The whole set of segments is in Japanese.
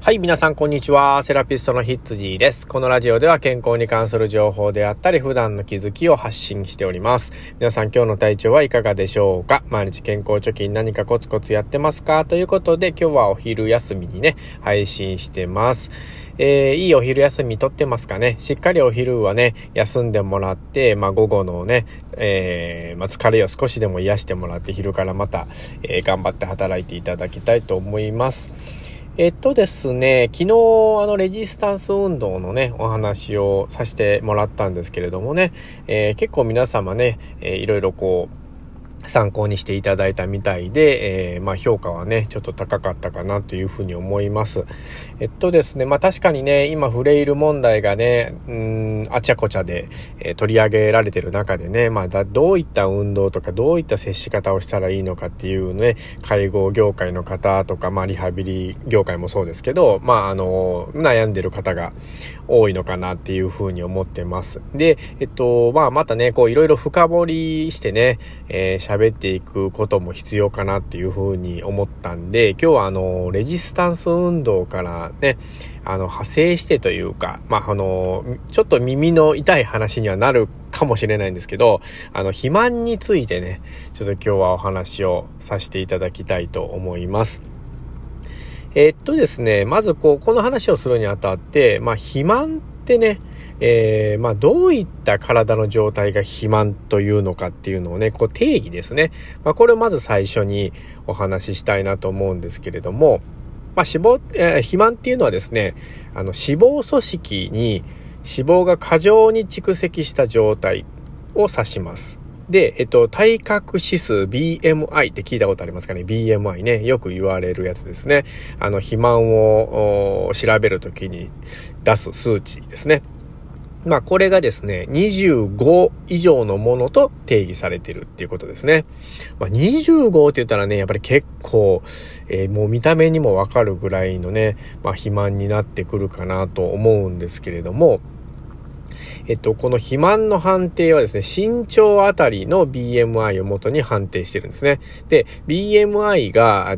はい、皆さんこんにちは。セラピストのひつじです。このラジオでは健康に関する情報であったり、普段の気づきを発信しております。皆さん今日の体調はいかがでしょうか？毎日健康貯金何かコツコツやってますか？ということで、今日はお昼休みにね、配信してます。いいお昼休みとってますかね？しっかりお昼はね、休んでもらって、午後のね、疲れを少しでも癒してもらって、昼からまた、頑張って働いていただきたいと思います。ですね、昨日レジスタンス運動のね、お話をさせてもらったんですけれどもね、結構皆様ね、いろいろ参考にしていただいたみたいで、評価はね、ちょっと高かったかなというふうに思います。ですね、確かにね、今フレイル問題がね、あちゃこちゃで、取り上げられてる中でね、どういった運動とかどういった接し方をしたらいいのかっていうね、介護業界の方とか、リハビリ業界もそうですけど、悩んでる方が多いのかなっていうふうに思ってます。で、またね、いろいろ深掘りしてね、喋っていくことも必要かなっていうふうに思ったんで、今日はレジスタンス運動からね、派生してというか、ちょっと耳の痛い話にはなるかもしれないんですけど、肥満についてね、ちょっと今日はお話をさせていただきたいと思います。ですね、まずこの話をするにあたって、肥満ってね、どういった体の状態が肥満というのかっていうのをね、定義ですね。これをまず最初にお話ししたいなと思うんですけれども、肥満っていうのはですね、脂肪組織に脂肪が過剰に蓄積した状態を指します。で、体格指数 BMI って聞いたことありますかね？ BMI ね、よく言われるやつですね。肥満を調べるときに出す数値ですね。これがですね、25以上のものと定義されているっていうことですね。25って言ったらね、やっぱり結構、もう見た目にもわかるぐらいのね、肥満になってくるかなと思うんですけれども、この肥満の判定はですね、身長あたりの BMI を元に判定してるんですね。で、BMI が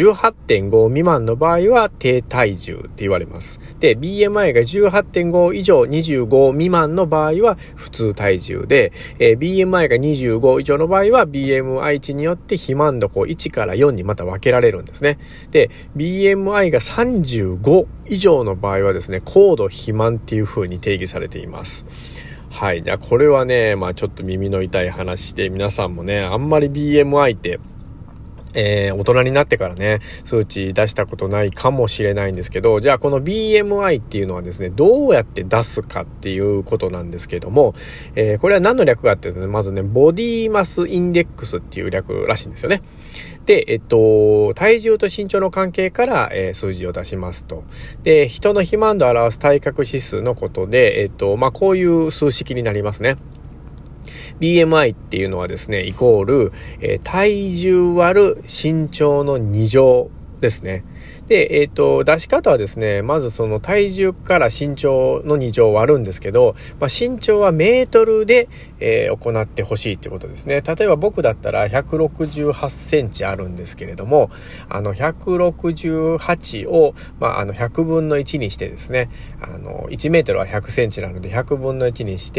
18.5 未満の場合は低体重って言われます。で、BMI が 18.5 以上25未満の場合は普通体重で、BMI が25以上の場合は BMI 値によって肥満度1から4にまた分けられるんですね。で、BMI が35以上の場合はですね、高度肥満っていう風に定義されています。はい。これはね、ちょっと耳の痛い話で、皆さんもね、あんまり BMI って、大人になってからね、数値出したことないかもしれないんですけど、じゃあこの BMI っていうのはですね、どうやって出すかっていうことなんですけども、これは何の略かっていうとね、まずね、ボディマスインデックスっていう略らしいんですよね。で、体重と身長の関係から、数字を出しますと。で、人の肥満度を表す体格指数のことで、こういう数式になりますね。BMI っていうのはですね、イコール、体重割る身長の2乗ですね。で、出し方はですね、まずその体重から身長の2乗を割るんですけど、身長はメートルで、行ってほしいってことですね。例えば僕だったら168センチあるんですけれども、168を、100分の1にしてですね、1メートルは100センチなので100分の1にして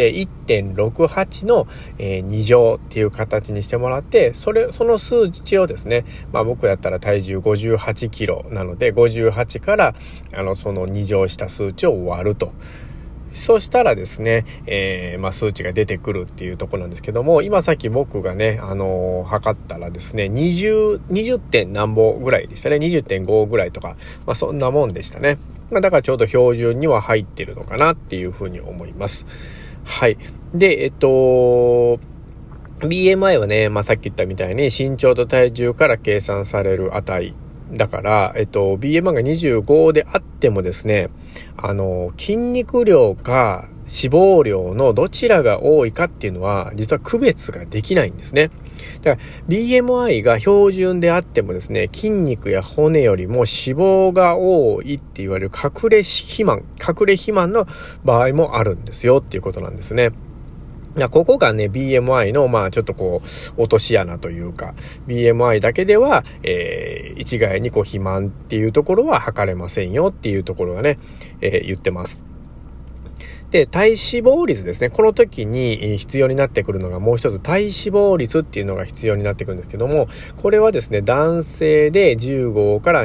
1.68 の、2乗っていう形にしてもらって、その数値をですね、僕だったら体重58キロなので58からその2乗した数値を割ると。そうしたらですね、数値が出てくるっていうところなんですけども、今さっき僕がね、測ったらですね、20点何ぼぐらいでしたね。20.5 ぐらいとか、そんなもんでしたね。だからちょうど標準には入ってるのかなっていうふうに思います。はい。で、BMI はね、さっき言ったみたいに身長と体重から計算される値だから、BMI が25であってもですね、筋肉量か脂肪量のどちらが多いかっていうのは、実は区別ができないんですね。だから BMI が標準であってもですね、筋肉や骨よりも脂肪が多いって言われる隠れ肥満の場合もあるんですよっていうことなんですね。 ここがね、BMI の、ちょっと落とし穴というか、BMI だけでは、一概に肥満っていうところは測れませんよっていうところがね、言ってます。で、体脂肪率ですね。この時に必要になってくるのがもう一つ、体脂肪率っていうのが必要になってくるんですけども、これはですね、男性で15から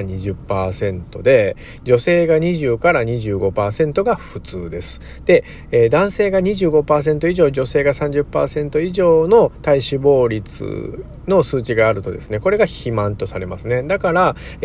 20% で、女性が20から 25% が普通です。で、男性が 25% 以上、女性が 30% 以上の体脂肪率の数値があるとですね、これが肥満とされますね。だから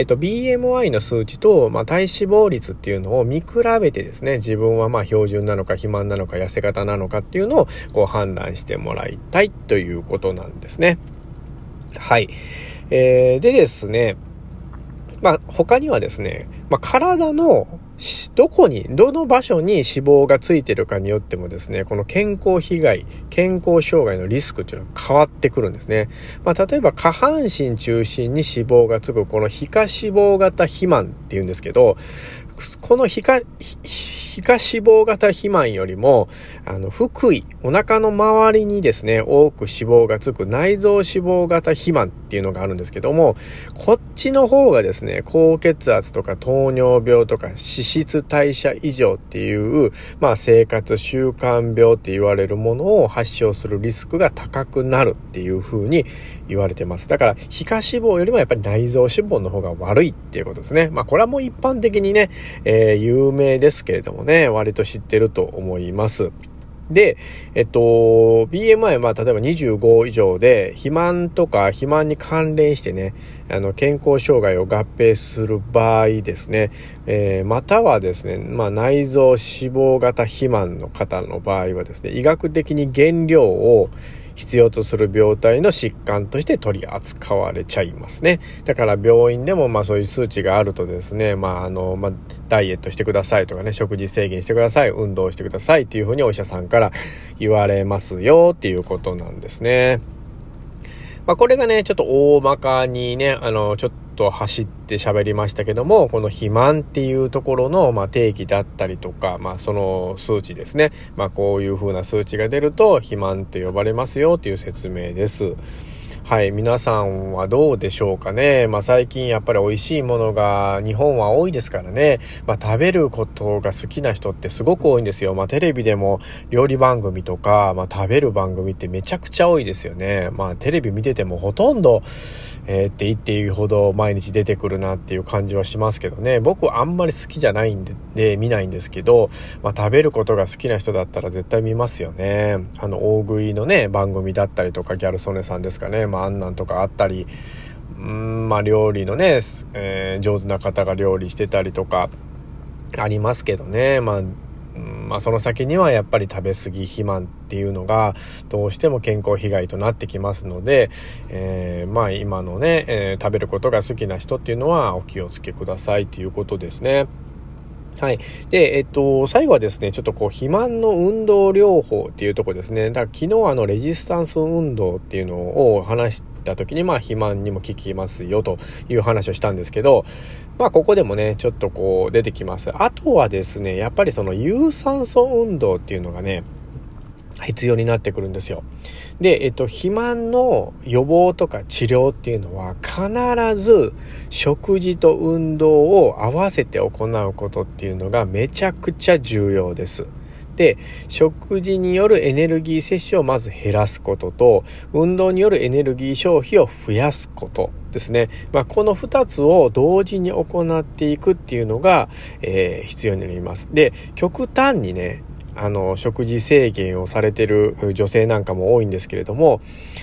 、BMI の数値と、体脂肪率っていうのを見比べてですね、自分は標準なのか肥満なのか痩せ型なのかっていうのを判断してもらいたいということなんですね。はい。でですね、他にはですね、体のどの場所に脂肪がついてるかによってもですね、この健康被害、健康障害のリスクっていうのは変わってくるんですね。例えば下半身中心に脂肪がつくこの皮下脂肪型肥満っていうんですけど、この皮下脂肪型肥満よりも、腹囲、お腹の周りにですね、多く脂肪がつく内臓脂肪型肥満っていうのがあるんですけども、こっちの方がですね、高血圧とか糖尿病とか脂質代謝異常っていう、生活習慣病って言われるものを発症するリスクが高くなるっていう風に言われてます。だから、皮下脂肪よりもやっぱり内臓脂肪の方が悪いっていうことですね。これはもう一般的にね、有名ですけれどもね、割と知ってると思います。で、BMI は例えば25以上で、肥満とか肥満に関連してね、健康障害を合併する場合ですね、またはですね、内臓脂肪型肥満の方の場合はですね、医学的に原料を必要とする病態の疾患として取り扱われちゃいますね。だから病院でもそういう数値があるとですね、ダイエットしてくださいとかね、食事制限してください、運動してくださいっていうふうにお医者さんから言われますよっていうことなんですね。これがね、ちょっと大まかにね、ちょっと走って喋りましたけども、この肥満っていうところの、定義だったりとか、その数値ですね。こういう風な数値が出ると、肥満って呼ばれますよっていう説明です。はい、皆さんはどうでしょうかね。最近やっぱり美味しいものが日本は多いですからね。食べることが好きな人ってすごく多いんですよ。テレビでも料理番組とか、食べる番組ってめちゃくちゃ多いですよね。テレビ見ててもほとんど、って言っていいほど毎日出てくるなっていう感じはしますけどね。僕はあんまり好きじゃないんで見ないんですけど、食べることが好きな人だったら絶対見ますよね。大食いのね、番組だったりとか、ギャル曽根さんですかね。あんなんとかあったり、料理のね、上手な方が料理してたりとかありますけどね。その先にはやっぱり食べ過ぎ肥満っていうのがどうしても健康被害となってきますので、今のね、食べることが好きな人っていうのはお気をつけくださいということですね。はい。で、最後はですね、ちょっと肥満の運動療法っていうところですね。だから昨日レジスタンス運動っていうのを話した時に、肥満にも効きますよという話をしたんですけど、ここでもね、ちょっと出てきます。あとはですね、やっぱりその有酸素運動っていうのがね、必要になってくるんですよ。で、肥満の予防とか治療っていうのは必ず食事と運動を合わせて行うことっていうのがめちゃくちゃ重要です。で、食事によるエネルギー摂取をまず減らすことと、運動によるエネルギー消費を増やすことですね。この2つを同時に行っていくっていうのが、必要になります。で、極端にね、食事制限をされている女性なんかも多いんですけれども、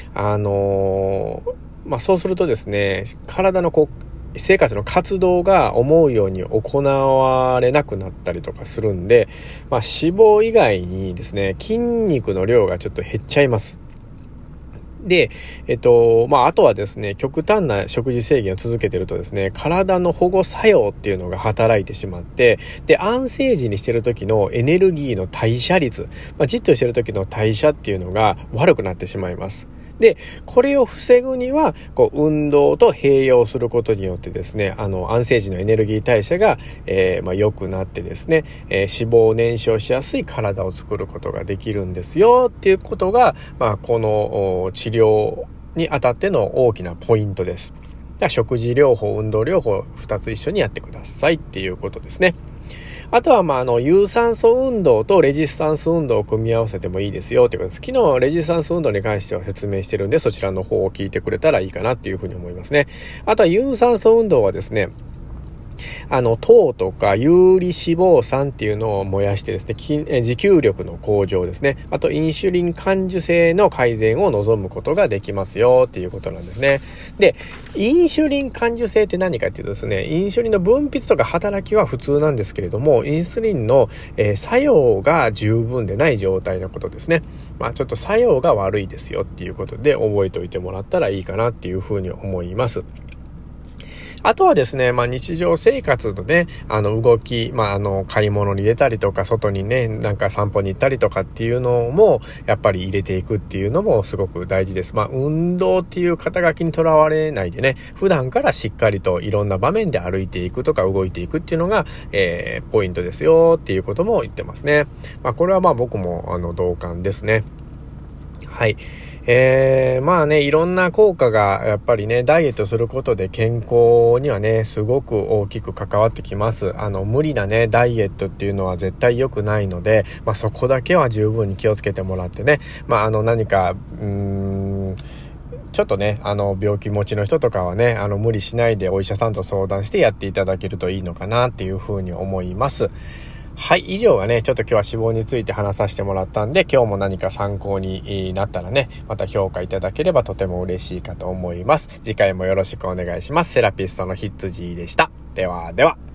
そうするとですね、体の生活の活動が思うように行われなくなったりとかするんで、脂肪以外にですね、筋肉の量がちょっと減っちゃいます。で、あとはですね、極端な食事制限を続けてるとですね、体の保護作用っていうのが働いてしまって、で、安静時にしてる時のエネルギーの代謝率、じっとしてる時の代謝っていうのが悪くなってしまいます。 で、これを防ぐには、運動と併用することによってですね、安静時のエネルギー代謝が、良くなってですね、脂肪を燃焼しやすい体を作ることができるんですよっていうことが、この治療にあたっての大きなポイントです。食事療法、運動療法、2つ一緒にやってくださいっていうことですね。あとは、有酸素運動とレジスタンス運動を組み合わせてもいいですよということです。昨日、レジスタンス運動に関しては説明してるんで、そちらの方を聞いてくれたらいいかなっていうふうに思いますね。あとは、有酸素運動はですね、糖とか有利脂肪酸っていうのを燃やしてですね、持久力の向上ですね。あと、インシュリン感受性の改善を望むことができますよっていうことなんですね。で、インシュリン感受性って何かっていうとですね、インシュリンの分泌とか働きは普通なんですけれども、インスリンの、作用が十分でない状態のことですね。ちょっと作用が悪いですよっていうことで覚えておいてもらったらいいかなっていうふうに思います。あとはですね、日常生活のね、動き、買い物に出たりとか、外にね、なんか散歩に行ったりとかっていうのも、やっぱり入れていくっていうのもすごく大事です。運動っていう肩書きにとらわれないでね、普段からしっかりといろんな場面で歩いていくとか動いていくっていうのが、ポイントですよっていうことも言ってますね。これは僕も、同感ですね。はい。いろんな効果がやっぱりね、ダイエットすることで健康にはね、すごく大きく関わってきます。無理なね、ダイエットっていうのは絶対良くないので、そこだけは十分に気をつけてもらってね、何か、ちょっとね、病気持ちの人とかはね、無理しないでお医者さんと相談してやっていただけるといいのかなっていうふうに思います。はい、以上がね、ちょっと今日は脂肪について話させてもらったんで、今日も何か参考になったらね、また評価いただければとても嬉しいかと思います。次回もよろしくお願いします。セラピストのヒッツジーでした。ではでは。